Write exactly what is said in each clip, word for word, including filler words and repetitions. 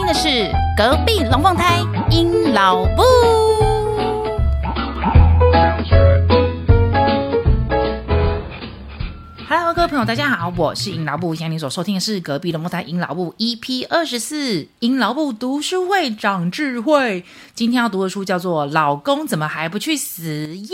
的是隔壁龙凤胎鹰老布。Hello， 各位朋友，大家好，我是鹰老布。现在你所收听的是隔壁龙凤胎鹰老布 E P 二十四，鹰老布读书会长智慧。今天要读的书叫做《老公怎么还不去死》，耶！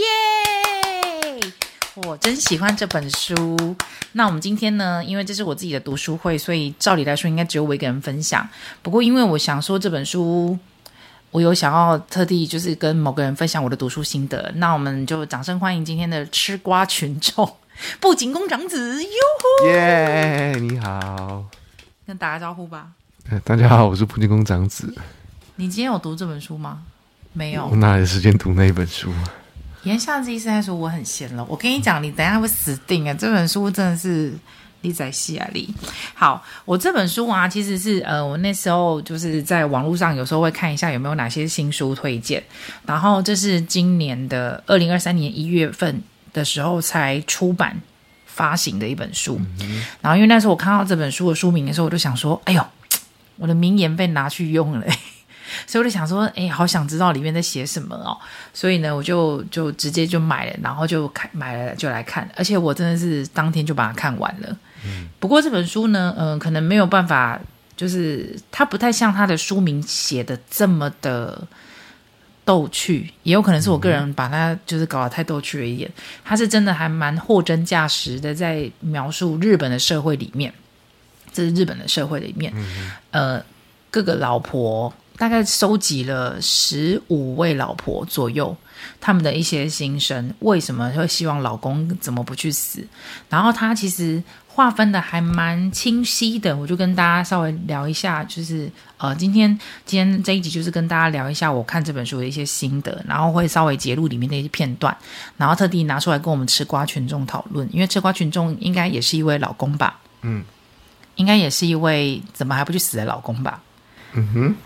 我真喜欢这本书。那我们今天呢，因为这是我自己的读书会，所以照理来说应该只有我一个人分享。不过因为我想说这本书我有想要特地就是跟某个人分享我的读书心得，那我们就掌声欢迎今天的吃瓜群众布景宫长子，哟呼！ 耶、yeah, 你好， 跟打个招呼吧。 大家好，我是布景宫长子。 你今天有读这本书吗？没有。 我哪有时间读那一本书？ 言下之意是在说我很闲了。我跟你讲，你等一下会死定啊！这本书真的是你在戏啊你。好，我这本书啊，其实是呃，我那时候就是在网络上有时候会看一下有没有哪些新书推荐，然后这是今年的二零二三年一月份的时候才出版发行的一本书。嗯、然后因为那时候我看到这本书的书名的时候，我就想说，哎呦，我的名言被拿去用了。所以我就想说，哎，好想知道里面在写什么哦。所以呢，我就就直接就买了，然后就看买了就来看，而且我真的是当天就把它看完了。嗯、不过这本书呢，嗯、呃，可能没有办法，就是它不太像它的书名写的这么的逗趣，也有可能是我个人把它就是搞得太逗趣了一点。它是真的还蛮货真价实的，在描述日本的社会里面，这是日本的社会里面，嗯、呃，各个老婆。大概收集了十五位老婆左右，他们的一些心声，为什么会希望老公怎么不去死？然后他其实划分的还蛮清晰的，我就跟大家稍微聊一下，就是呃，今天今天这一集就是跟大家聊一下我看这本书的一些心得，然后会稍微截录里面的一些片段，然后特地拿出来跟我们吃瓜群众讨论，因为吃瓜群众应该也是一位老公吧，嗯，应该也是一位怎么还不去死的老公吧。嗯哼，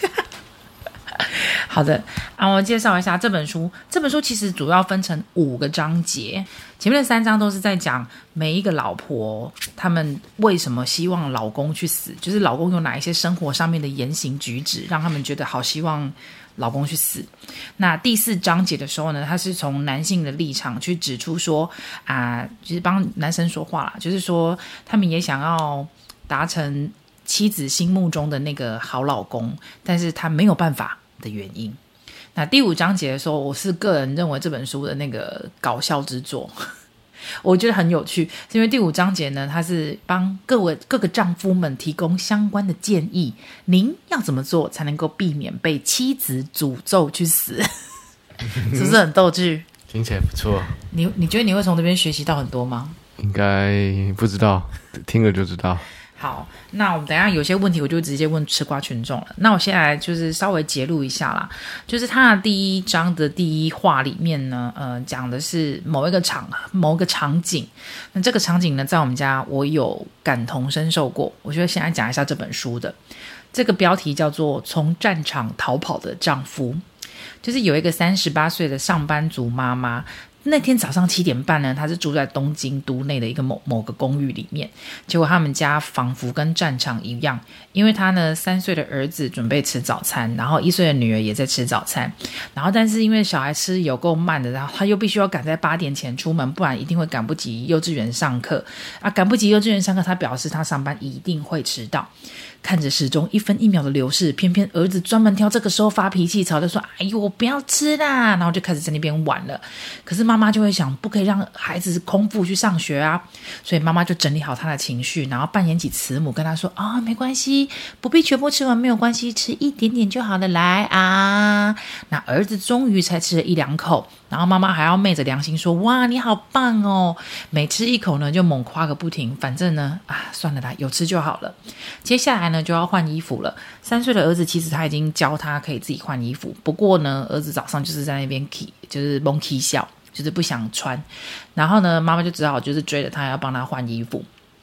好的啊，我介绍一下这本书。这本书其实主要分成五个章节，前面的三章都是在讲每一个老婆他们为什么希望老公去死，就是老公有哪一些生活上面的言行举止让他们觉得好希望老公去死。那第四章节的时候呢，他是从男性的立场去指出说啊，就是帮男生说话啦，就是说他们也想要达成妻子心目中的那个好老公，但是他没有办法的原因。那第五章节的时候，我是个人认为这本书的那个搞笑之作，我觉得很有趣，是因为第五章节呢，它是帮各位各个丈夫们提供相关的建议，您要怎么做才能够避免被妻子诅咒去死？是不是很逗趣？ 听起来不错。 你你觉得你会从这边学习到很多吗？ 应该不知道，听了就知道。 好，那我们等一下有些问题我就直接问吃瓜群众了。那我现在就是稍微揭露一下啦，就是他的第一章的第一话里面呢，呃，讲的是某一个场某一个场景。那这个场景呢，在我们家我有感同身受过。我觉得现在讲一下这本书的这个标题叫做《从战场逃跑的丈夫》，就是有一个三十八岁的上班族妈妈。那天早上七点半呢，她是住在东京都内的一个某某个公寓里面，结果他们家仿佛跟战场一样，因为她呢三岁的儿子准备吃早餐，然后一岁的女儿也在吃早餐，然后但是因为小孩吃有够慢的，然后她又必须要赶在八点前出门，不然一定会赶不及幼稚园上课啊，赶不及幼稚园上课，她表示她上班一定会迟到。看着时钟一分一秒的流逝，偏偏儿子专门挑这个时候发脾气，吵着说：“哎呦，我不要吃啦！”然后就开始在那边玩了。可是妈妈就会想，不可以让孩子空腹去上学啊，所以妈妈就整理好他的情绪，然后扮演起慈母，跟他说：“啊、哦，没关系，不必全部吃完，没有关系，吃一点点就好了，来啊！”那儿子终于才吃了一两口，然后妈妈还要昧着良心说：“哇，你好棒哦！”每吃一口呢，就猛夸个不停。反正呢，啊，算了啦，有吃就好了。接下来呢，就要换衣服了。三岁的儿子其实他已经教他可以自己换衣服，不过呢，儿子早上就是在那边就是蒙起笑，就是不想穿。然后呢，妈妈就只好就是追着他要帮他换衣服。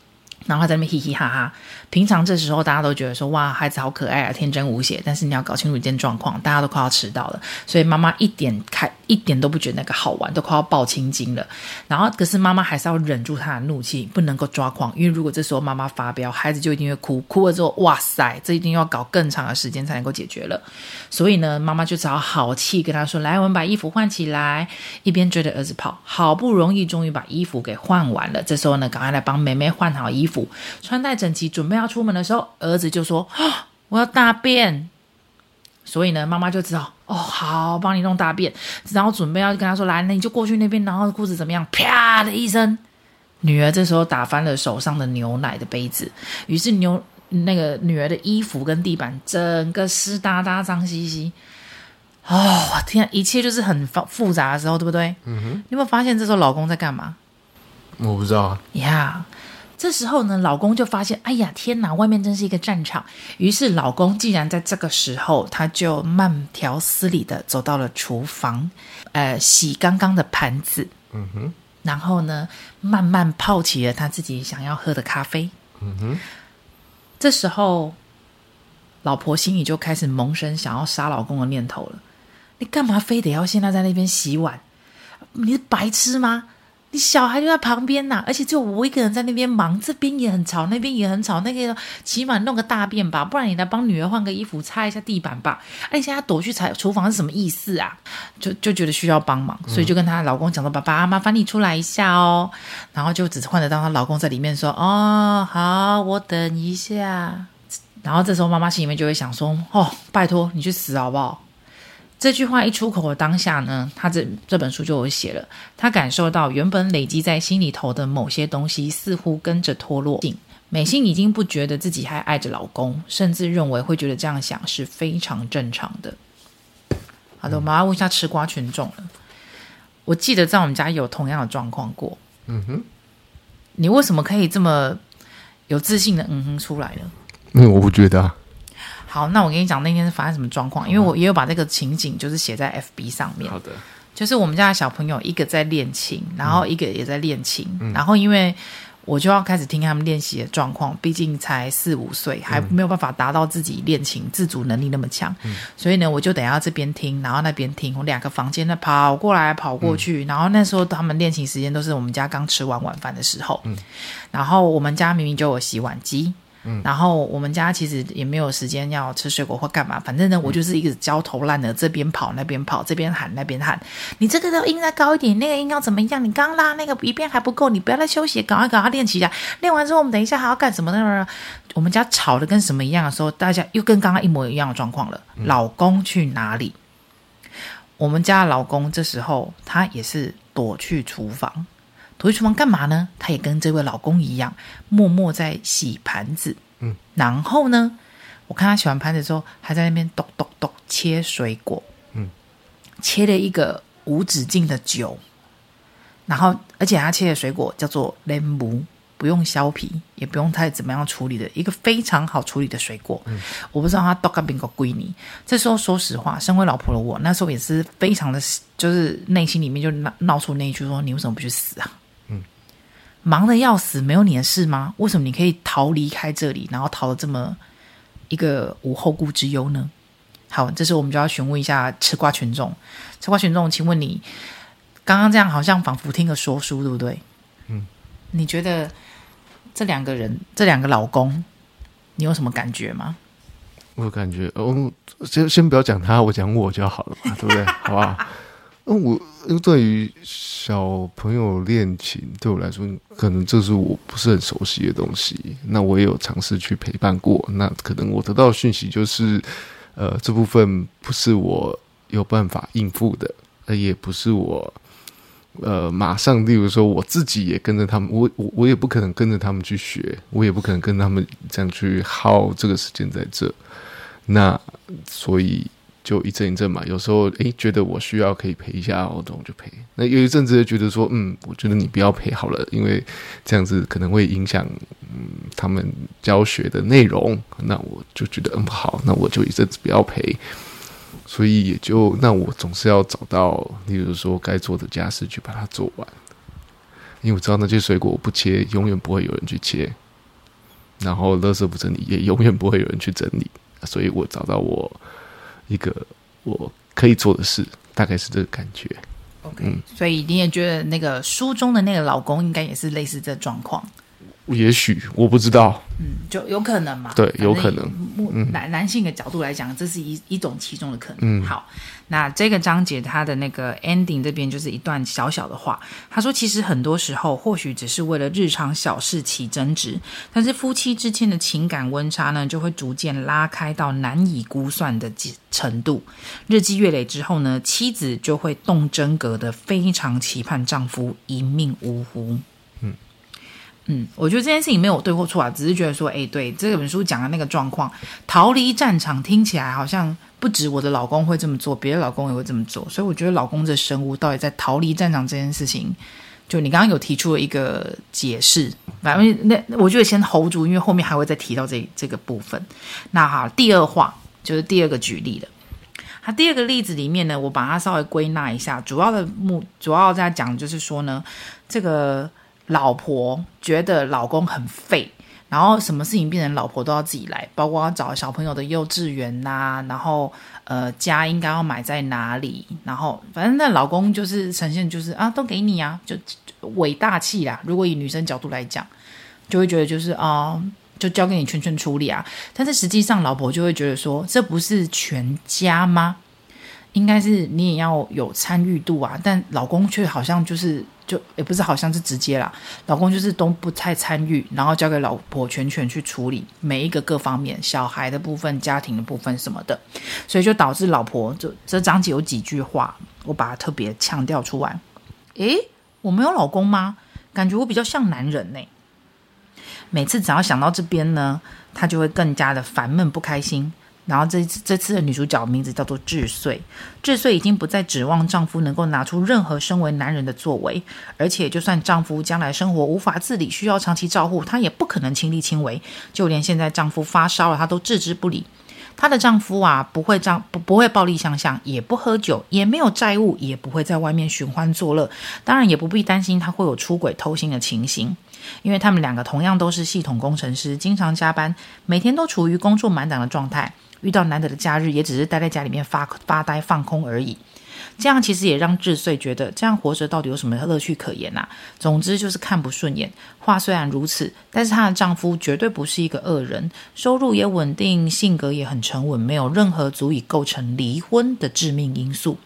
然后他在那边嘻嘻哈哈。平常这时候大家都觉得说哇孩子好可爱啊，天真无邪，但是你要搞清楚一件状况，大家都快要迟到了，所以妈妈一点开一点都不觉得那个好玩，都快要爆青筋了。然后可是妈妈还是要忍住她的怒气，不能够抓狂，因为如果这时候妈妈发飙，孩子就一定会哭，哭了之后哇塞，这一定要搞更长的时间才能够解决了。所以呢妈妈就只好好气跟他说，来我们把衣服换起来，一边追着儿子跑，好不容易终于把衣服给换完了。这时候呢赶快来帮妹妹换好衣服，穿戴整齐准备要出门的时候，儿子就说、啊、我要大便。所以呢妈妈就知道哦好帮你弄大便，然后准备要跟他说来那你就过去那边，然后裤子怎么样，啪的一声，女儿这时候打翻了手上的牛奶的杯子，于是牛那个女儿的衣服跟地板整个湿哒哒脏兮兮。哦天，一切就是很复杂的时候，对不对？嗯哼。你有没有发现这时候老公在干嘛？ 我不知道啊。 呀、yeah, 这时候呢老公就发现哎呀天哪，外面真是一个战场。于是老公既然在这个时候，他就慢条斯理的走到了厨房，呃，洗刚刚的盘子。嗯哼。然后呢慢慢泡起了他自己想要喝的咖啡。嗯哼。这时候老婆心里就开始萌生想要杀老公的念头了。你干嘛非得要现在在那边洗碗？你是白痴吗？你小孩就在旁边呐、啊，而且只有我一个人在那边忙，这边也很吵，那边也很吵，那个起码弄个大便吧，不然你来帮女儿换个衣服，擦一下地板吧。哎，现在躲去厨房是什么意思啊？就就觉得需要帮忙，所以就跟她老公讲说：“爸爸，麻烦你出来一下哦。”然后就只换得到她老公在里面说：“哦，好，我等一下。”然后这时候妈妈心里面就会想说：“哦，拜托你去死好不好？”这句话一出口的当下呢，他这这本书就有写了，他感受到原本累积在心里头的某些东西似乎跟着脱落。美心已经不觉得自己还爱着老公，甚至认为会觉得这样想是非常正常的。好的，我们要问一下吃瓜群众了。我记得在我们家有同样的状况过。嗯哼，你为什么可以这么有自信的嗯哼出来呢？ 嗯，我不觉得啊。 好，那我跟你讲那天是发生什么状况，因为我也有把这个情景就是写在 F B 上面。 好的， 就是我们家的小朋友一个在练琴，然后一个也在练琴、嗯、然后因为我就要开始听他们练习的状况，毕竟才四五岁，还没有办法达到自己练琴自主能力那么强、嗯、所以呢我就等一下这边听然后那边听，我两个房间的跑过来跑过去、嗯、然后那时候他们练琴时间都是我们家刚吃完晚饭的时候、嗯、然后我们家明明就有洗碗机，然后我们家其实也没有时间要吃水果或干嘛，反正呢我就是一个焦头烂额，这边跑那边跑，这边喊那边喊，你这个的音再高一点，那个音要怎么样，你刚刚拉那个一遍还不够，你不要再休息，赶快赶快练起来，练完之后我们等一下还要干什么呢？我们家吵的跟什么一样的时候，大家又跟刚刚一模一样的状况了、嗯、老公去哪里？我们家的老公这时候他也是躲去厨房，躲去厨房干嘛呢？他也跟这位老公一样默默在洗盘子。嗯，然后呢我看他洗完盘子之后还在那边咚咚咚切水果。嗯，切了一个无止境的酒，然后而且他切的水果叫做莲雾，不用削皮也不用太怎么样处理的一个非常好处理的水果。嗯，我不知道他剁个饼个归你。这时候说实话，身为老婆的我那时候也是非常的就是内心里面就闹出那一句说，你为什么不去死啊？忙得要死，没有你的事吗？为什么你可以逃离开这里，然后逃得这么一个无后顾之忧呢？好，这时候我们就要询问一下吃瓜群众。吃瓜群众，请问你刚刚这样好像仿佛听个说书，对不对？嗯，你觉得这两个人，这两个老公，你有什么感觉吗？ 我有感觉，哦，先先不要讲他，我讲我就好了嘛，对不对？好不好？嗯，我对于小朋友练琴，对我来说，可能这是我不是很熟悉的东西。那我也有尝试去陪伴过，那可能我得到的讯息就是，呃，这部分不是我有办法应付的，也不是我，呃，马上，例如说我自己也跟着他们，我我我也不可能跟着他们去学，我也不可能跟他们这样去耗这个时间在这。那所以。就一阵一阵嘛，有时候诶觉得我需要可以陪一下，我就陪。那有一阵子觉得说，嗯，我觉得你不要陪好了，因为这样子可能会影响嗯他们教学的内容。那我就觉得嗯好，那我就一阵子不要陪。所以也就那我总是要找到，例如说该做的家事去把它做完。因为我知道那些水果我不切，永远不会有人去切。 然后垃圾不整理也永远不会有人去整理，所以我找到我一个我可以做的事，大概是这个感觉。 OK，嗯，所以你也觉得那个书中的那个老公应该也是类似这状况？ 也许我不知道， 嗯，就有可能嘛。 对，有可能。 嗯，男男性的角度来讲，这是一一种其中的可能。 嗯， 好，那这个章节它的那个 ending 这边就是一段小小的话，他说，其实很多时候或许只是为了日常小事起争执，但是夫妻之间的情感温差呢，就会逐渐拉开到难以估算的程度。日积月累之后呢，妻子就会动真格的非常期盼丈夫一命呜呼。嗯，我觉得这件事情没有对或错啊，只是觉得说，哎，对这本书讲的那个状况，逃离战场听起来好像不止我的老公会这么做，别的老公也会这么做，所以我觉得老公这生物到底在逃离战场这件事情，就你刚刚有提出了一个解释，反正那我觉得先 hold 住，因为后面还会再提到这这个部分。那好，第二话就是第二个举例了。他第二个例子里面呢，我把它稍微归纳一下，主要的目主要在讲就是说呢，这个老婆觉得老公很废，然后什么事情变成老婆都要自己来，包括要找小朋友的幼稚园呐、啊，然后呃家应该要买在哪里，然后反正那老公就是呈现就是啊都给你啊，就伟大气啦。如果以女生角度来讲，就会觉得就是啊就交给你全权处理啊，但是实际上老婆就会觉得说，这不是全家吗？应该是你也要有参与度啊，但老公却好像就是就也不是好像是直接啦，老公就是都不太参与，然后交给老婆全权去处理每一个各方面，小孩的部分、家庭的部分什么的，所以就导致老婆就这章节有几句话，我把它特别强调出来。诶，我没有老公吗？感觉我比较像男人呢。每次只要想到这边呢，他就会更加的烦闷不开心。然后这这次的女主角名字叫做智穗，智穗已经不再指望丈夫能够拿出任何身为男人的作为，而且就算丈夫将来生活无法自理，需要长期照护，她也不可能亲力亲为，就连现在丈夫发烧了，她都置之不理。她的丈夫啊，不会丈不不会暴力相向，也不喝酒，也没有债务，也不会在外面寻欢作乐，当然也不必担心他会有出轨偷腥的情形。因为他们两个同样都是系统工程师，经常加班，每天都处于工作满档的状态，遇到难得的假日也只是待在家里面发发呆放空而已。这样其实也让智穗觉得这样活着到底有什么乐趣可言啊？总之就是看不顺眼。话虽然如此，但是她的丈夫绝对不是一个恶人，收入也稳定，性格也很沉稳，没有任何足以构成离婚的致命因素。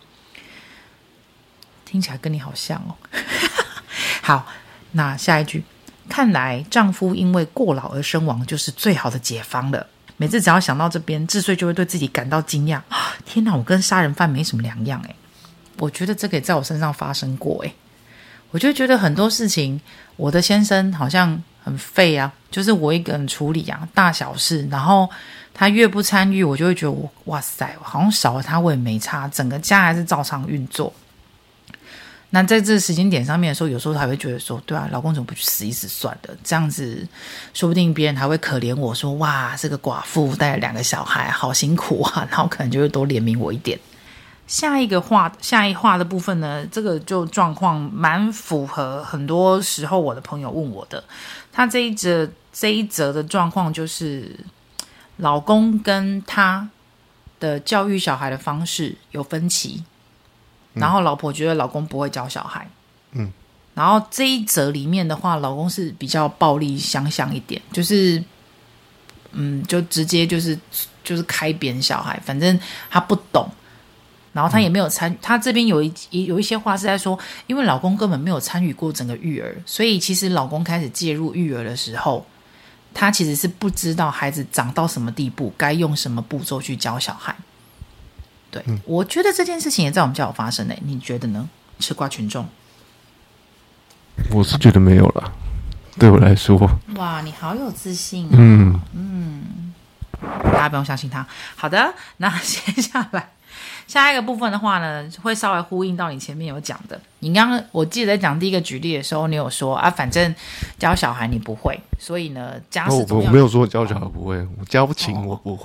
听起来跟你好像哦。好，那下一句，看来丈夫因为过劳而身亡就是最好的解方了。每次只要想到这边，智穗就会对自己感到惊讶，天哪，我跟杀人犯没什么两样诶。我觉得这个也在我身上发生过诶。我就觉得很多事情我的先生好像很废啊，就是我一个人处理啊大小事，然后他越不参与，我就会觉得我哇塞，好像少了他我也没差，整个家还是照常运作。那在这个时间点上面的时候，有时候还会觉得说，对啊，老公怎么不去死一死算了，这样子说不定别人还会可怜我说，哇，这个寡妇带了两个小孩好辛苦啊，然后可能就会多怜悯我一点。下一个话下一话的部分呢，这个就状况蛮符合很多时候我的朋友问我的。他这一则这一则的状况就是老公跟他的教育小孩的方式有分歧，然后老婆觉得老公不会教小孩，嗯，然后这一则里面的话，老公是比较暴力相向一点，就是嗯，就直接就是就是开扁小孩，反正他不懂。然后他也没有参与，他这边有一有一些话是在说，因为老公根本没有参与过整个育儿，所以其实老公开始介入育儿的时候，他其实是不知道孩子长到什么地步，该用什么步骤去教小孩。对、嗯、我觉得这件事情也在我们家有发生诶，你觉得呢？吃瓜群众， 我是觉得没有啦，对我来说。 哇，你好有自信啊！ 嗯嗯，大家不用相信他。好的，那接下来。下一个部分的话呢，会稍微呼应到你前面有讲的。你刚刚我记得在讲第一个举例的时候，你有说啊，反正教小孩你不会，所以呢，家事我我没有说教小孩不会，我教不勤我不会。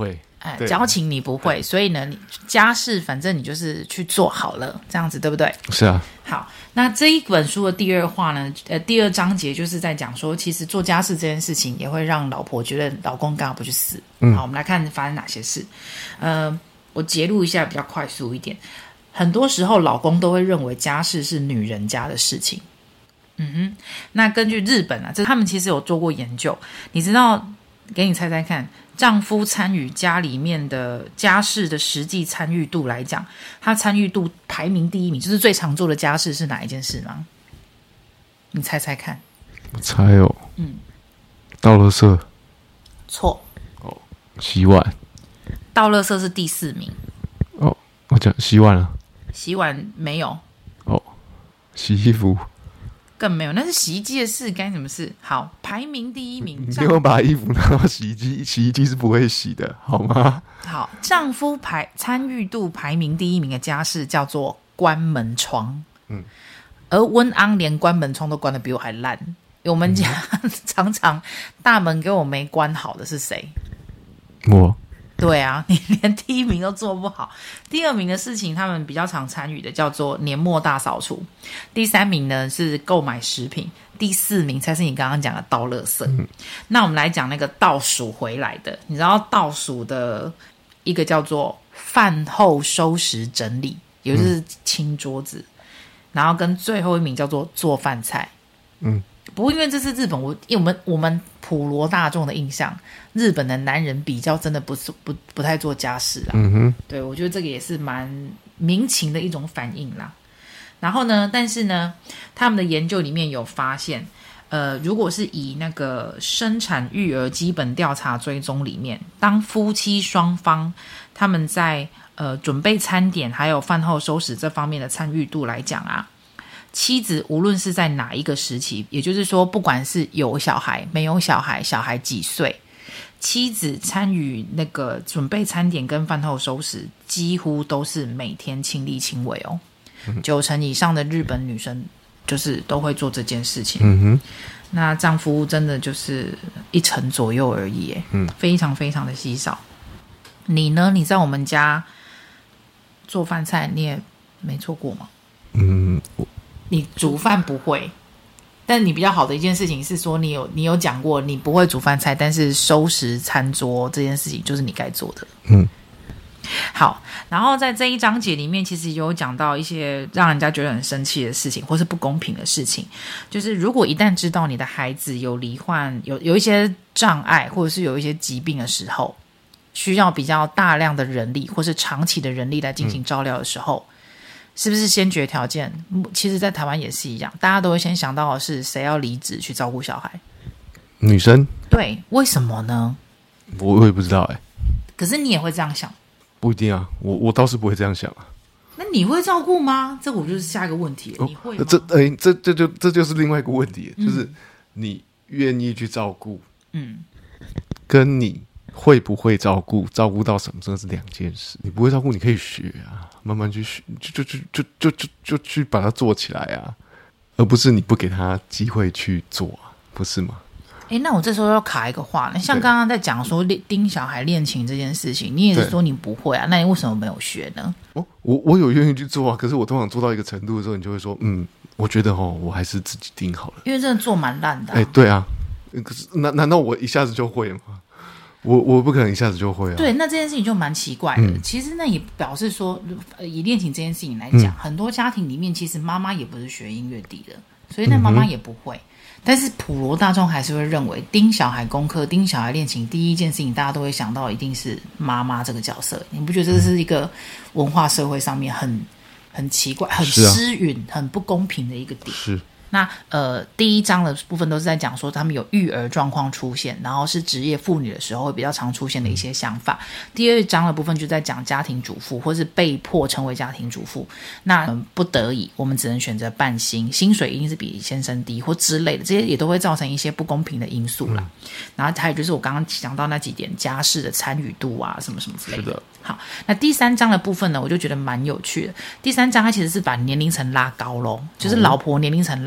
哎，交情你不会，所以呢，你家事反正你就是去做好了，这样子对不对？ 是啊。 好，那这一本书的第二话呢，呃，第二章节就是在讲说，其实做家事这件事情也会让老婆觉得老公干嘛不去死。嗯，好，我们来看发生哪些事。呃，我截录一下比较快速一点。很多时候，老公都会认为家事是女人家的事情。嗯哼，那根据日本啊，这他们其实有做过研究，你知道？给你猜猜看，丈夫参与家里面的家事的实际参与度来讲，他参与度排名第一名，就是最常做的家事是哪一件事吗？你猜猜看。 我猜哦， 嗯， 倒垃圾。 错。 哦，洗碗。 倒垃圾是第四名。 哦，我讲洗碗了。 洗碗没有。 哦，洗衣服。 更没有，那是洗衣机的事，干什么事？好，排名第一名。 你没有把衣服拿到洗衣机，洗衣机是不会洗的，好吗？ 好，丈夫排参与度排名第一名的家事叫做关门窗。嗯，而温安连关门窗都关得比我还烂。我们家、嗯、常常大门给我没关好的是谁？ 我。 对啊，你连第一名都做不好。第二名的事情他们比较常参与的叫做年末大扫除，第三名呢是购买食品，第四名才是你刚刚讲的倒垃圾。嗯、那我们来讲那个倒数回来的，你知道倒数的一个叫做饭后收拾整理，也就是清桌子、嗯、然后跟最后一名叫做做饭菜。嗯，不过因为这是日本，我因为我们我们普罗大众的印象，日本的男人比较真的不是不不太做家事啦。嗯哼，对，我觉得这个也是蛮民情的一种反应啦。然后呢，但是呢，他们的研究里面有发现，呃，如果是以那个生产育儿基本调查追踪里面，当夫妻双方他们在呃准备餐点还有饭后收拾这方面的参与度来讲啊。妻子无论是在哪一个时期，也就是说不管是有小孩没有小孩，小孩几岁，妻子参与那个准备餐点跟饭后收拾几乎都是每天亲力亲为哦、嗯、九成以上的日本女生就是都会做这件事情。嗯哼，那丈夫真的就是一成左右而已耶、嗯、非常非常的稀少。你呢？你在我们家做饭菜你也没做过吗？嗯，我你煮饭不会，但你比较好的一件事情是说，你有你有讲过你不会煮饭菜，但是收拾餐桌这件事情就是你该做的。嗯，好，然后在这一章节里面，其实有讲到一些让人家觉得很生气的事情，或是不公平的事情。就是如果一旦知道你的孩子有罹患有有一些障碍，或者是有一些疾病的时候，需要比较大量的人力或是长期的人力来进行照料的时候。嗯，是不是先决条件？其实在台湾也是一样，大家都会先想到的是谁要离职去照顾小孩？ 女生。 对，为什么呢？ 我我也不知道哎、欸。 可是你也会这样想？ 不一定啊，我我倒是不会这样想啊。 那你会照顾吗？这我就是下一个问题了。哦、你会吗？ 这哎、欸，这这就这就是另外一个问题，嗯、就是你愿意去照顾，嗯，跟你会不会照顾，照顾到什么，这是两件事。你不会照顾，你可以学啊，慢慢去学，就就就就就就就去把它做起来啊，而不是你不给他机会去做啊，不是吗？ 哎，那我这时候要卡一个话，像刚刚在讲说盯小孩练琴这件事情，你也是说你不会啊，那你为什么没有学呢？ 哦，我我有愿意去做啊，可是我通常做到一个程度的时候，你就会说，嗯，我觉得哦，我还是自己盯好了， 因为真的做蛮烂的、啊。 哎，对啊，可是难难道我一下子就会吗？我我不可能一下子就会啊。 对，那这件事情就蛮奇怪的。嗯、其实那也表示说，以练琴这件事情来讲、嗯，很多家庭里面其实妈妈也不是学音乐底的，所以那妈妈也不会。嗯，但是普罗大众还是会认为盯小孩功课、盯小孩练琴，第一件事情大家都会想到一定是妈妈这个角色。你不觉得这是一个文化社会上面很很奇怪、很失允、啊、很不公平的一个点？是。那呃，第一章的部分都是在讲说他们有育儿状况出现，然后是职业妇女的时候会比较常出现的一些想法。第二章的部分就在讲家庭主妇或是被迫成为家庭主妇，那、呃、不得已我们只能选择半薪，薪水一定是比先生低或之类的，这些也都会造成一些不公平的因素啦。嗯、然后还有就是我刚刚讲到那几点家事的参与度啊，什么什么之类的。是的。好，那第三章的部分呢，我就觉得蛮有趣的。第三章它其实是把年龄层拉高咯，就是老婆年龄层拉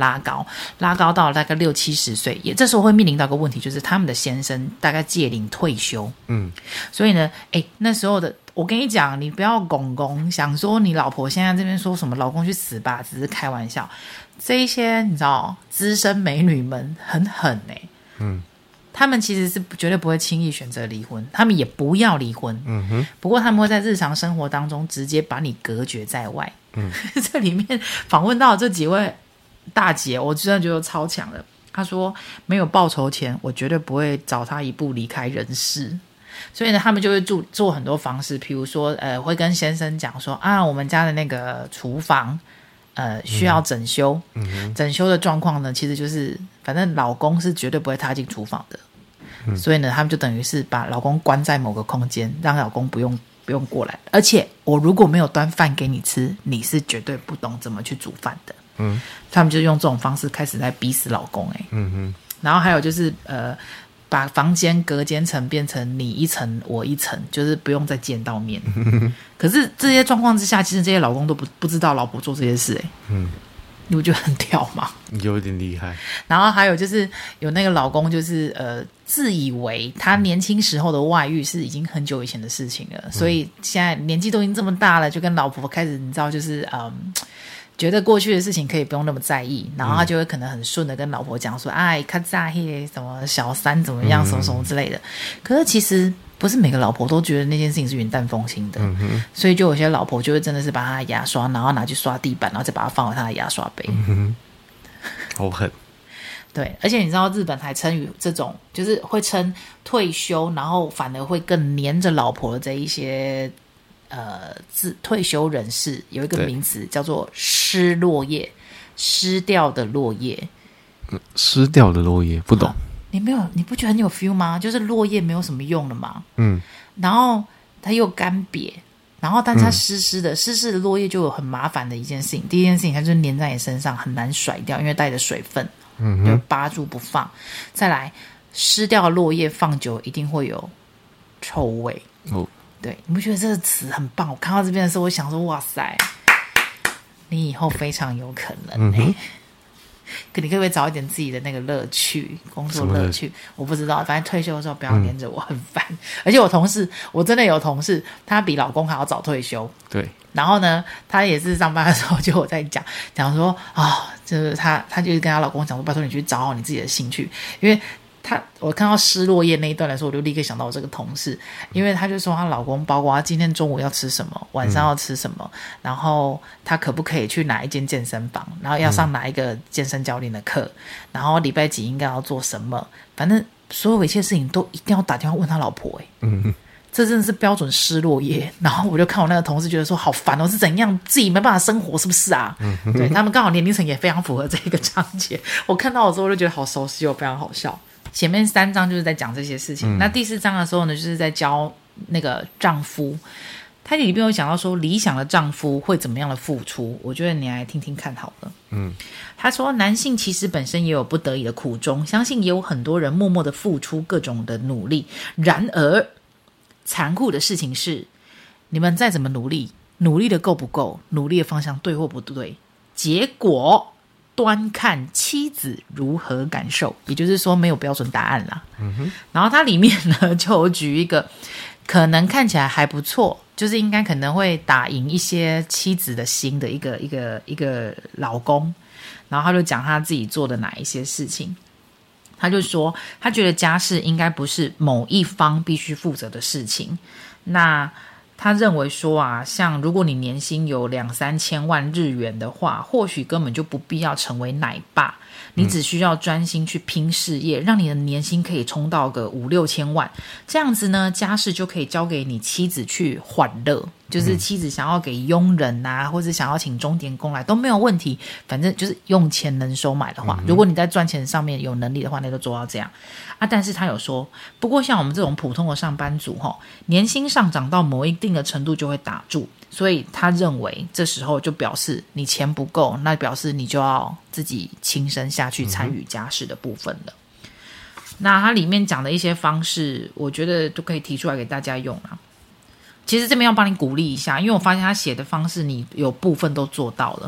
拉高，拉高到大概六七十岁，也这时候会面临到一个问题，就是他们的先生大概届龄退休， 嗯， 所以呢，哎，那时候的我跟你讲，你不要拱拱，想说你老婆现在这边说什么老公去死吧，只是开玩笑。这一些你知道，资深美女们很狠哎、欸，嗯。他们其实是绝对不会轻易选择离婚，他们也不要离婚。嗯哼。不过他们会在日常生活当中直接把你隔绝在外。嗯。这里面访问到这几位大姐，我真的觉得超强的。她说没有报酬前，我绝对不会早她一步离开人世。所以呢，他们就会做做很多方式，比如说呃，会跟先生讲说啊，我们家的那个厨房。呃，需要整修、嗯、整修的状况呢，其实就是反正老公是绝对不会踏进厨房的、嗯、所以呢他们就等于是把老公关在某个空间，让老公不用不用过来，而且我如果没有端饭给你吃，你是绝对不懂怎么去煮饭的。嗯，他们就用这种方式开始在逼死老公。欸、嗯哼。然后还有就是呃把房间隔间层变成你一层我一层，就是不用再见到面。可是这些状况之下，其实这些老公都不不知道老婆做这些事。欸、嗯，你不觉得很屌吗？ 有点厉害。 然后还有就是有那个老公就是呃自以为他年轻时候的外遇是已经很久以前的事情了，嗯、所以现在年纪都已经这么大了，就跟老婆开始你知道就是嗯。觉得过去的事情可以不用那么在意，然后他就会可能很顺的跟老婆讲说，哎，看在意什么小三怎么样，什么什么之类的。可是其实不是每个老婆都觉得那件事情是云淡风轻的，嗯、所以就有些老婆就会真的是把她的牙刷，然后拿去刷地板，然后再把它放回她的牙刷杯。 嗯、好狠。 对，而且你知道日本还称于这种，就是会称退休，然后反而会更黏着老婆的这一些。呃，自退休人士有一个名词叫做失落叶，失掉的落叶。 嗯、失掉的落叶不懂、啊、 你没有你不觉得很有 feel 吗？就是落叶没有什么用了嘛，嗯，然后它又干瘪，然后但是它湿湿的、嗯、湿湿的落叶就有很麻烦的一件事情，第一件事情它就是粘在你身上很难甩掉，因为带着水分，嗯，就扒住不放。再来湿掉的落叶放久一定会有臭味哦。对，你不觉得这个词很棒？我看到这边的时候，我想说，哇塞，你以后非常有可能、欸。嗯、可你可不可以找一点自己的那个乐趣，工作乐趣？我不知道，反正退休的时候不要黏着我，很烦。嗯、而且我同事，我真的有同事，她比老公还要早退休。 对。 然后呢，她也是上班的时候，就我在讲讲说啊、哦，就是她，她就是跟她老公讲说，拜托你去找好你自己的兴趣，因为。他我看到失落叶那一段的时候，我就立刻想到我这个同事，因为她就说她老公包括她今天中午要吃什么，晚上要吃什么，嗯、然后她可不可以去哪一间健身房，然后要上哪一个健身教练的课，嗯、然后礼拜几应该要做什么，反正所有一切事情都一定要打电话问他老婆。欸、嗯，这真的是标准失落叶。然后我就看我那个同事觉得说好烦哦，是怎样自己没办法生活是不是啊？嗯、对他们刚好年龄层也非常符合这个章节，我看到的时候就觉得好熟悉哦，非常好笑。前面三章就是在讲这些事情，嗯、那第四章的时候呢，就是在教那个丈夫，他里面有讲到说理想的丈夫会怎么样的付出，我觉得你来听听看好了。嗯，他说男性其实本身也有不得已的苦衷，相信也有很多人默默的付出各种的努力，然而残酷的事情是，你们再怎么努力，努力的够不够，努力的方向对或不对，结果端看妻子如何感受，也就是说没有标准答案啦。嗯哼。然后它里面呢就有举一个可能看起来还不错，就是应该可能会打赢一些妻子的心的一个一个一个老公，然后他就讲他自己做的哪一些事情。他就说他觉得家事应该不是某一方必须负责的事情，那他认为说啊，像如果你年薪有两三千万日元的话，或许根本就不必要成为奶爸，你只需要专心去拼事业，让你的年薪可以冲到个五六千万，这样子呢，家事就可以交给你妻子去欢乐，就是妻子想要给佣人啊，或者想要请钟点工来都没有问题，反正就是用钱能收买的话，如果你在赚钱上面有能力的话，那就做到这样啊。但是他有说，不过像我们这种普通的上班族齁，年薪上涨到某一定的程度就会打住，所以他认为这时候就表示你钱不够，那表示你就要自己亲身下去参与家事的部分了。嗯、那他里面讲的一些方式，我觉得都可以提出来给大家用啊。其实这边要帮你鼓励一下，因为我发现他写的方式你有部分都做到了。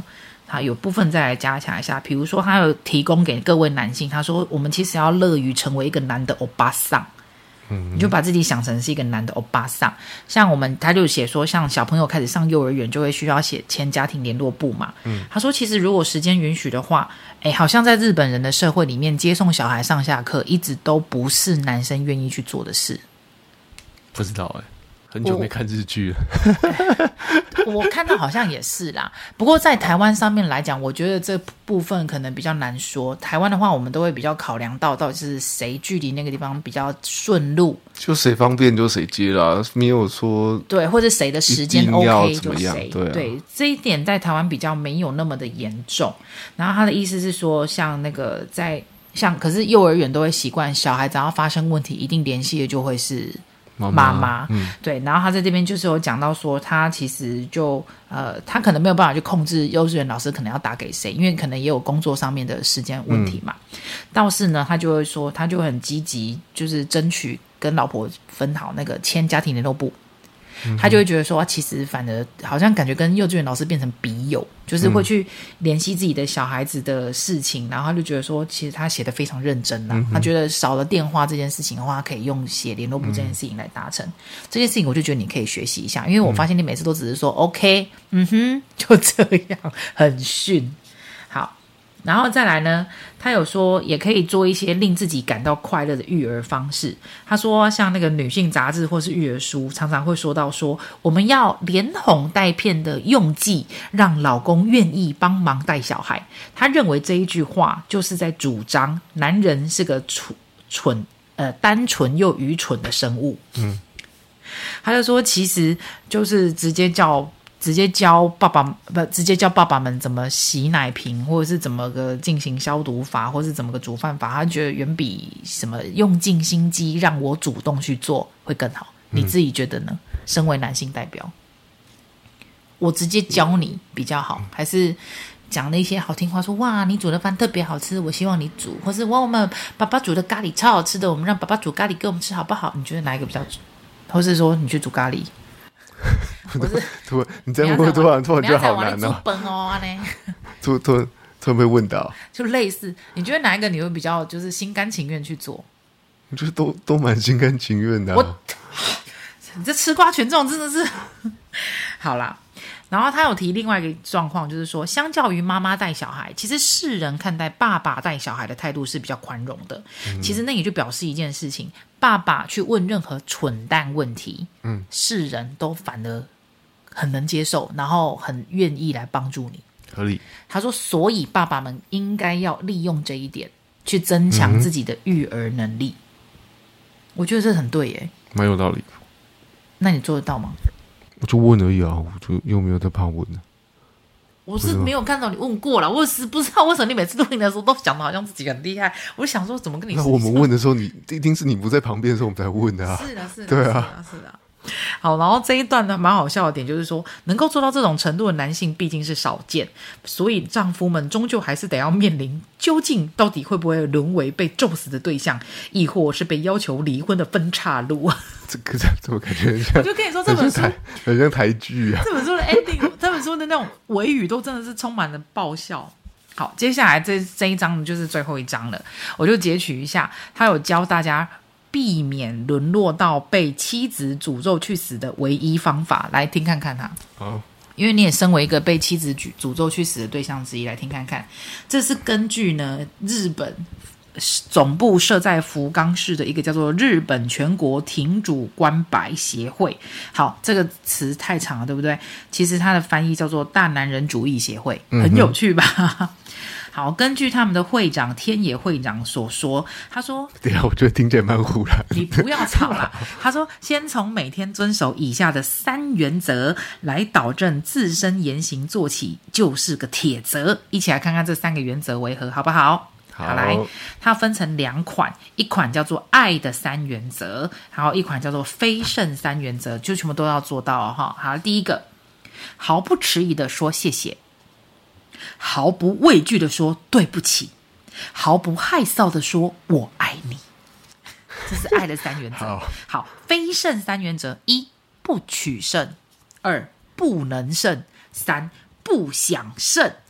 他有部分再来加强一下，比如说他有提供给各位男性，他说我们其实要乐于成为一个男的欧巴桑。你就把自己想成是一个男的欧巴桑，像我们他就写说，像小朋友开始上幼儿园就会需要写签家庭联络簿嘛。嗯，他说其实如果时间允许的话，哎，好像在日本人的社会里面，接送小孩上下课一直都不是男生愿意去做的事。 不知道哎、欸，很久没看日剧了。 我看到好像也是啦，不过在台湾上面来讲，我觉得这部分可能比较难说。台湾的话，我们都会比较考量到到底是谁距离那个地方比较顺路， 就谁方便就谁接啦，没有说对，或者谁的时间 OK 就谁。 对、啊、 对，这一点在台湾比较没有那么的严重。然后他的意思是说，像那个在像，可是幼儿园都会习惯，小孩只要发生问题，一定联系的就会是妈妈，妈妈嗯，对，然后他在这边就是有讲到说，他其实就呃，他可能没有办法去控制幼稚园老师可能要打给谁，因为可能也有工作上面的时间问题嘛。嗯、倒是呢，他就会说，他就很积极，就是争取跟老婆分好那个签家庭联络簿。他就会觉得说，其实反而好像感觉跟幼稚园老师变成笔友，就是会去联系自己的小孩子的事情，然后他就觉得说，其实他写得非常认真啦、嗯、他觉得少了电话这件事情的话，他可以用写联络簿这件事情来达成、嗯、这件事情。我就觉得你可以学习一下，因为我发现你每次都只是说、嗯、OK 嗯哼，就这样，很逊。好，然后再来呢，他有说也可以做一些令自己感到快乐的育儿方式。他说像那个女性杂志或是育儿书常常会说到说，我们要连哄带骗的用计让老公愿意帮忙带小孩。他认为这一句话就是在主张男人是个蠢蠢呃单纯又愚蠢的生物。嗯，他就说其实就是直接叫直接教爸爸不直接教爸爸们怎么洗奶瓶，或者是怎么个进行消毒法，或是怎么个煮饭法，他觉得远比什么用尽心机让我主动去做会更好。你自己觉得呢？身为男性代表，我直接教你比较好，还是讲那些好听话说哇你煮的饭特别好吃，我希望你煮，或是哇我们爸爸煮的咖喱超好吃的，我们让爸爸煮咖喱给我们吃好不好？你觉得哪一个比较？或是说你去煮咖喱？ 不是，突然你这样会突然突然觉得好难哦。 突突突突然被问到， 就类似，你觉得哪一个你会比较就是心甘情愿去做？ 我觉得都都蛮心甘情愿的、啊。 我，你这吃瓜群众真的是好啦。然后他有提另外一个状况，就是说，相较于妈妈带小孩，其实世人看待爸爸带小孩的态度是比较宽容的。嗯、其实那也就表示一件事情：爸爸去问任何蠢蛋问题，嗯，世人都反而很能接受，然后很愿意来帮助你。 合理。 他说，所以爸爸们应该要利用这一点，去增强自己的育儿能力。嗯、我觉得这很对耶， 蛮有道理的。 那你做得到吗？ 我就问而已啊，我就又没有在怕问呢。 我是没有看到你问过了，我是不知道为什么你每次录音的时候都讲的好像自己很厉害。我就想说，怎么跟你？ 那我们问的时候，你一定是你不在旁边的时候，我们才问的啊。 是的，是的， 对啊， 是的，是的。好，然后这一段呢，蛮好笑的点就是说，能够做到这种程度的男性毕竟是少见，所以丈夫们终究还是得要面临，究竟到底会不会沦为被咒死的对象，亦或是被要求离婚的分岔路。 这个怎么感觉很像？ 我就跟你说，这本书很像台剧啊。 这本书的 ending， 这本书的那种尾语都真的是充满了爆笑。好，接下来这这一章就是最后一章了，我就截取一下，他有教大家避免沦落到被妻子诅咒去死的唯一方法，来听看看哈。好，因为你也身为一个被妻子诅咒去死的对象之一，来听看看。这是根据呢日本总部设在福冈市的一个叫做日本全国庭主关白协会。好，这个词太长了，对不对？其实它的翻译叫做大男人主义协会，很有趣吧？嗯好，根据他们的会长天野会长所说，他说：“ 对啊，我觉得听起来蛮胡乱。 你不要吵啦。”他说：“先从每天遵守以下的三原则来导正自身言行做起，就是个铁则。一起来看看这三个原则为何，好不好？”好，好来，它分成两款，一款叫做爱的三原则，然后一款叫做非胜三原则，就全部都要做到哦。哈，好，第一个，毫不迟疑的说谢谢。毫不畏惧的说对不起，毫不害臊的说我爱你，这是爱的三原则。好，好，非胜三原则：一、不取胜；二、不能胜；三、不想胜。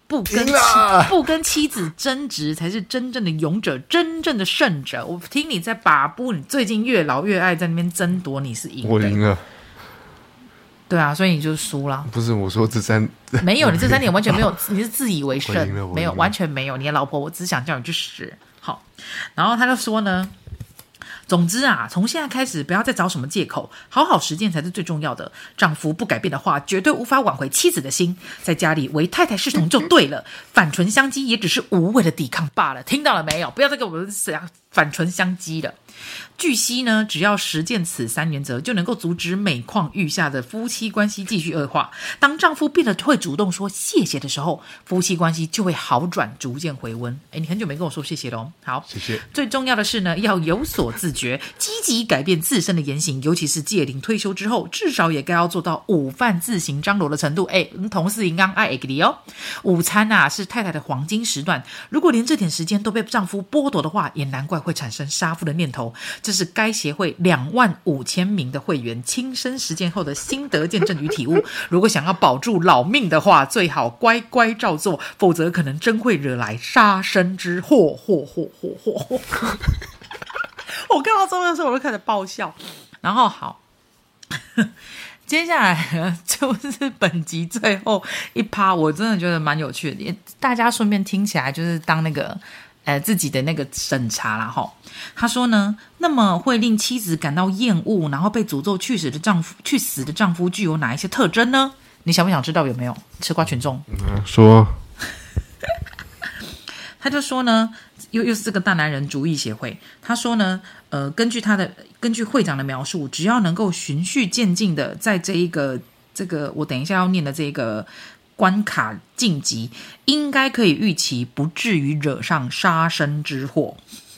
不跟妻不跟妻子争执才是真正的勇者，真正的胜者。我听你在把布，你最近越老越爱在那边争夺，你是赢的。 我赢了。 对啊，所以你就输了。 不是我说这三没有，你这三点完全没有，你是自以为胜，没有，完全没有。你的老婆，我只想叫你去死。好，然后他就说呢。总之啊，从现在开始不要再找什么借口，好好实践才是最重要的。丈夫不改变的话，绝对无法挽回妻子的心。在家里唯太太是同就对了，反唇相讥也只是无谓的抵抗罢了。听到了没有？不要再给我们反唇相讥了。据悉呢，只要实践此三原则，就能够阻止每况愈下的夫妻关系继续恶化。当丈夫变得会主动说谢谢的时候，夫妻关系就会好转，逐渐回温。诶，你很久没跟我说谢谢咯。好， 谢谢。 最重要的是呢，要有所自觉，积极改变自身的言行，尤其是届龄退休之后，至少也该要做到午饭自行张罗的程度。诶，同事应该爱给你哦。午餐啊是太太的黄金时段，如果连这点时间都被丈夫剥夺的话，也难怪会产生杀夫的念头。这是该协会两万五千名的会员亲身实践后的心得见证与体悟。如果想要保住老命的话，最好乖乖照做，否则可能真会惹来杀身之祸。祸祸祸祸祸！我看到这个的时候，我就开始爆笑。然后好，接下来呢，就是本集最后一趴，我真的觉得蛮有趣的，大家顺便听起来就是当那个。呃，自己的那个审查啦齁。他说呢，那么会令妻子感到厌恶，然后被诅咒去死的丈夫，去死的丈夫具有哪一些特征呢？你想不想知道有没有？吃瓜群众， 嗯、说， 他就说呢，又又是这个大男人主义协会。他说呢，呃，根据他的根据会长的描述，只要能够循序渐进的在这一个这个我等一下要念的这个。关卡晋级应该可以预期不至于惹上杀身之祸。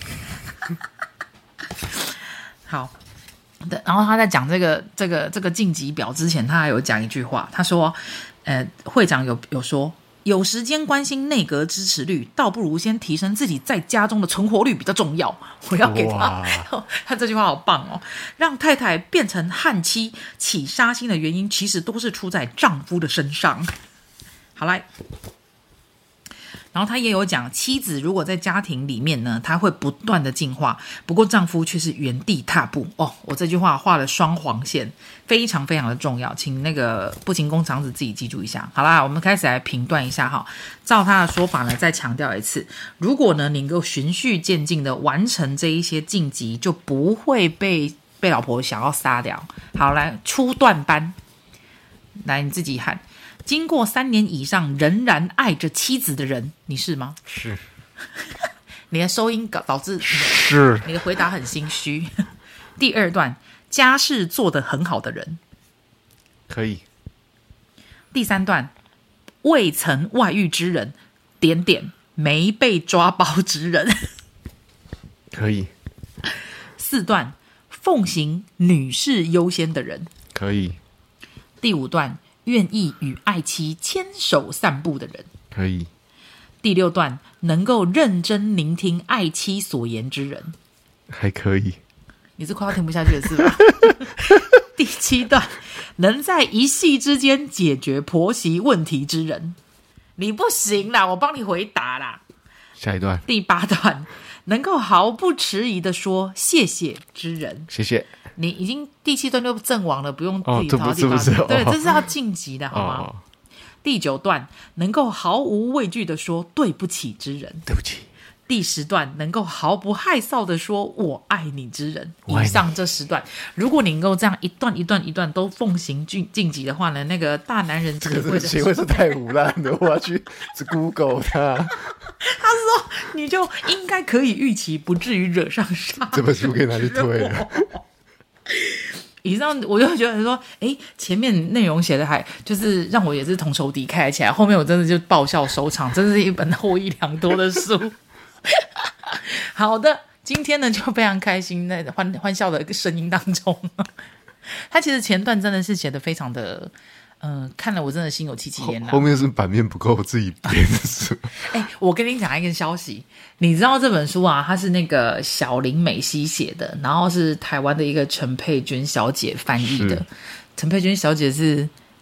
好，然后他在讲这个这个这个晋级表之前，他还有讲一句话，他说：“呃，会长有有说，有时间关心内阁支持率，倒不如先提升自己在家中的存活率比较重要。”我要给他，他这句话好棒哦！让太太变成悍妻起杀心的原因，其实都是出在丈夫的身上。好来，然后他也有讲，妻子如果在家庭里面呢，她会不断的进化，不过丈夫却是原地踏步。哦，我这句话画了双黄线，非常非常的重要，请那个不勤工厂子自己记住一下。好啦，我们开始来评断一下哈。照他的说法呢，再强调一次，如果呢能够循序渐进的完成这一些晋级，就不会被被老婆想要杀掉。好，来初段班，来你自己喊。经过三年以上仍然爱着妻子的人，你是吗？ 是。 你的收音导致是你的回答很心虚。第二段，家事做得很好的人， 可以。 第三段，未曾外遇之人，点点没被抓包之人， 可以。 四段，奉行女士优先的人， 可以。 第五段，愿意与爱妻牵手散步的人， 可以。 第六段，能够认真聆听爱妻所言之人， 还可以。 你是快要听不下去了是吧？第七段，能在一夕之间解决婆媳问题之人，你不行啦，我帮你回答啦。 下一段。 第八段，能够毫不迟疑的说谢谢之人， 谢谢。 你已经第七段就阵亡了，不用自己逃到第八段。 对，这是要晋级的好吗？哦、第九段，能够毫无畏惧的说对不起之人， 对不起。 第十段，能够毫不害臊的说我爱你之人。以上这十段，如果你能够这样一段一段一段都奉行晋级的话呢，那个大男人协会的这个协会是太胡乱的，我要去 Google 它。 他说你就应该可以预期不至于惹上杀。 这本书可以拿去推了。 以上我就觉得说，哎，前面内容写的还就是让我也是同仇敌忾起来，后面我真的就爆笑收场，真是一本获益良多的书。好的，今天呢就非常开心在欢欢笑的声音当中。他其实前段真的是写的非常的嗯、呃，看了我真的心有戚戚焉。 后面是版面不够，我自己编的书。 哎，我跟你讲一个消息，你知道这本书啊，它是那个小林美希写的，然后是台湾的一个陈佩君小姐翻译的。陈佩君小姐是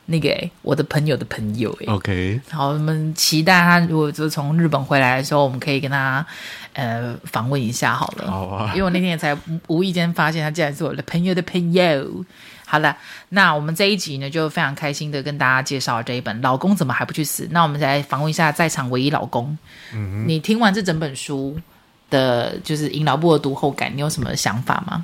那个、欸、我的朋友的朋友、欸、 OK， 好，我们期待他如果就从日本回来的时候，我们可以跟他呃访问一下好了。 好啊， 因为我那天也才无意间发现他竟然是我的朋友的朋友。好了，那我们这一集呢就非常开心的跟大家介绍这一本《老公怎么还不去死》。那我们再来访问一下在场唯一老公。嗯，你听完这整本书的，就是尹老布的读后感，你有什么想法吗？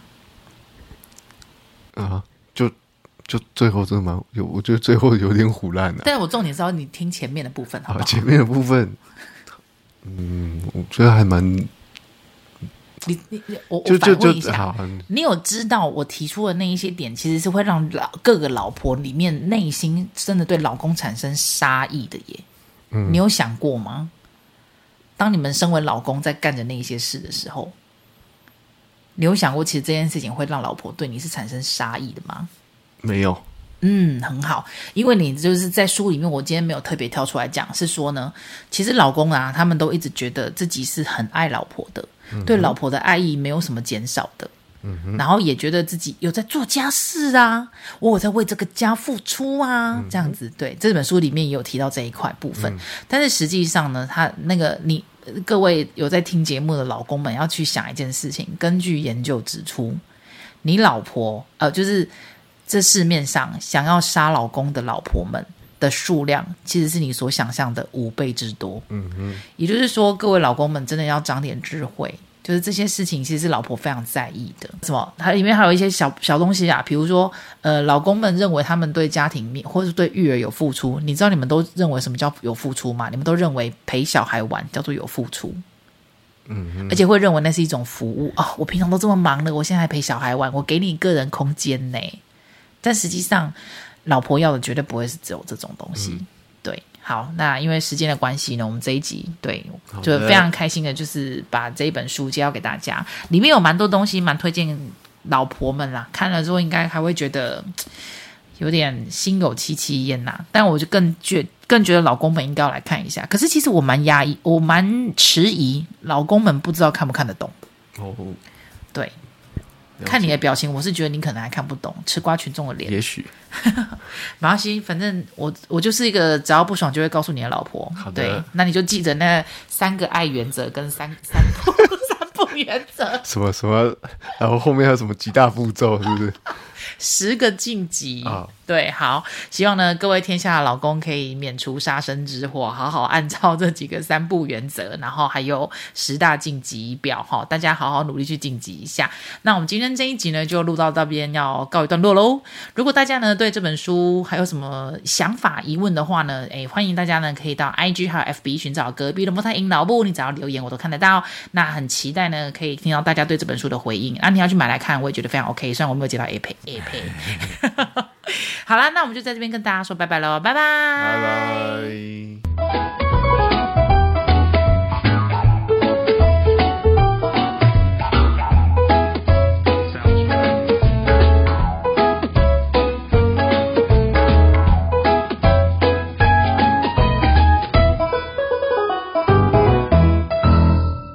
啊，就就最后真的蛮有，我觉得最后有点唬烂了。 但是我重点是要你听前面的部分，好不好？ 前面的部分，嗯，我觉得还蛮。 你你我我反问一下，你有知道我提出的那一些点，其实是会让老各个老婆里面内心真的对老公产生杀意的耶？嗯，你有想过吗？当你们身为老公在干着那一些事的时候，你有想过其实这件事情会让老婆对你是产生杀意的吗？ 没有。 嗯，很好，因为你就是在书里面，我今天没有特别挑出来讲，是说呢，其实老公啊，他们都一直觉得自己是很爱老婆的，嗯、对老婆的爱意没有什么减少的，嗯、然后也觉得自己有在做家事啊，我有在为这个家付出啊，嗯、这样子。对，这本书里面也有提到这一块部分，嗯、但是实际上呢，他那个你各位有在听节目的老公们要去想一件事情，根据研究指出，你老婆呃就是。这市面上想要杀老公的老婆们的数量，其实是你所想象的五倍之多。嗯哼，也就是说，各位老公们真的要长点智慧，就是这些事情其实是老婆非常在意的。什么？它里面还有一些小小东西啊，比如说，呃，老公们认为他们对家庭或者是对育儿有付出，你知道你们都认为什么叫有付出吗？你们都认为陪小孩玩叫做有付出。嗯，而且会认为那是一种服务哦。我平常都这么忙了，我现在还陪小孩玩，我给你个人空间呢。但实际上老婆要的绝对不会是只有这种东西、嗯、对。好，那因为时间的关系呢，我们这一集对就非常开心的就是把这一本书介绍给大家，里面有蛮多东西蛮推荐老婆们啦，看了之后应该还会觉得有点心有戚戚焉呐，但我就更觉更觉得老公们应该要来看一下。可是其实我蛮压抑，我蛮迟疑老公们不知道看不看得懂哦。对，看你的表情，我是觉得你可能还看不懂吃瓜群众的脸。 也许没关系，反正我我就是一个只要不爽就会告诉你的老婆。 好的， 对，那你就记着那三个爱原则跟三三不三不原则。 什么什么，然后后面还有什么几大步骤，是不是？ 十个晋级、 哦、 对，好，希望呢各位天下的老公可以免除杀身之祸，好好按照这几个三不原则，然后还有十大晋级表，大家好好努力去晋级一下。那我们今天这一集呢就录到这边要告一段落咯。如果大家呢对这本书还有什么想法疑问的话呢，诶欢迎大家呢可以到 I G 还有 F B 寻找隔壁的摩太银老布，你只要留言我都看得到。那很期待呢可以听到大家对这本书的回应啊，你要去买来看我也觉得非常 OK， 虽然我没有接到 A P A P 好啦，那我们就在这边跟大家说拜拜咯，拜拜拜拜。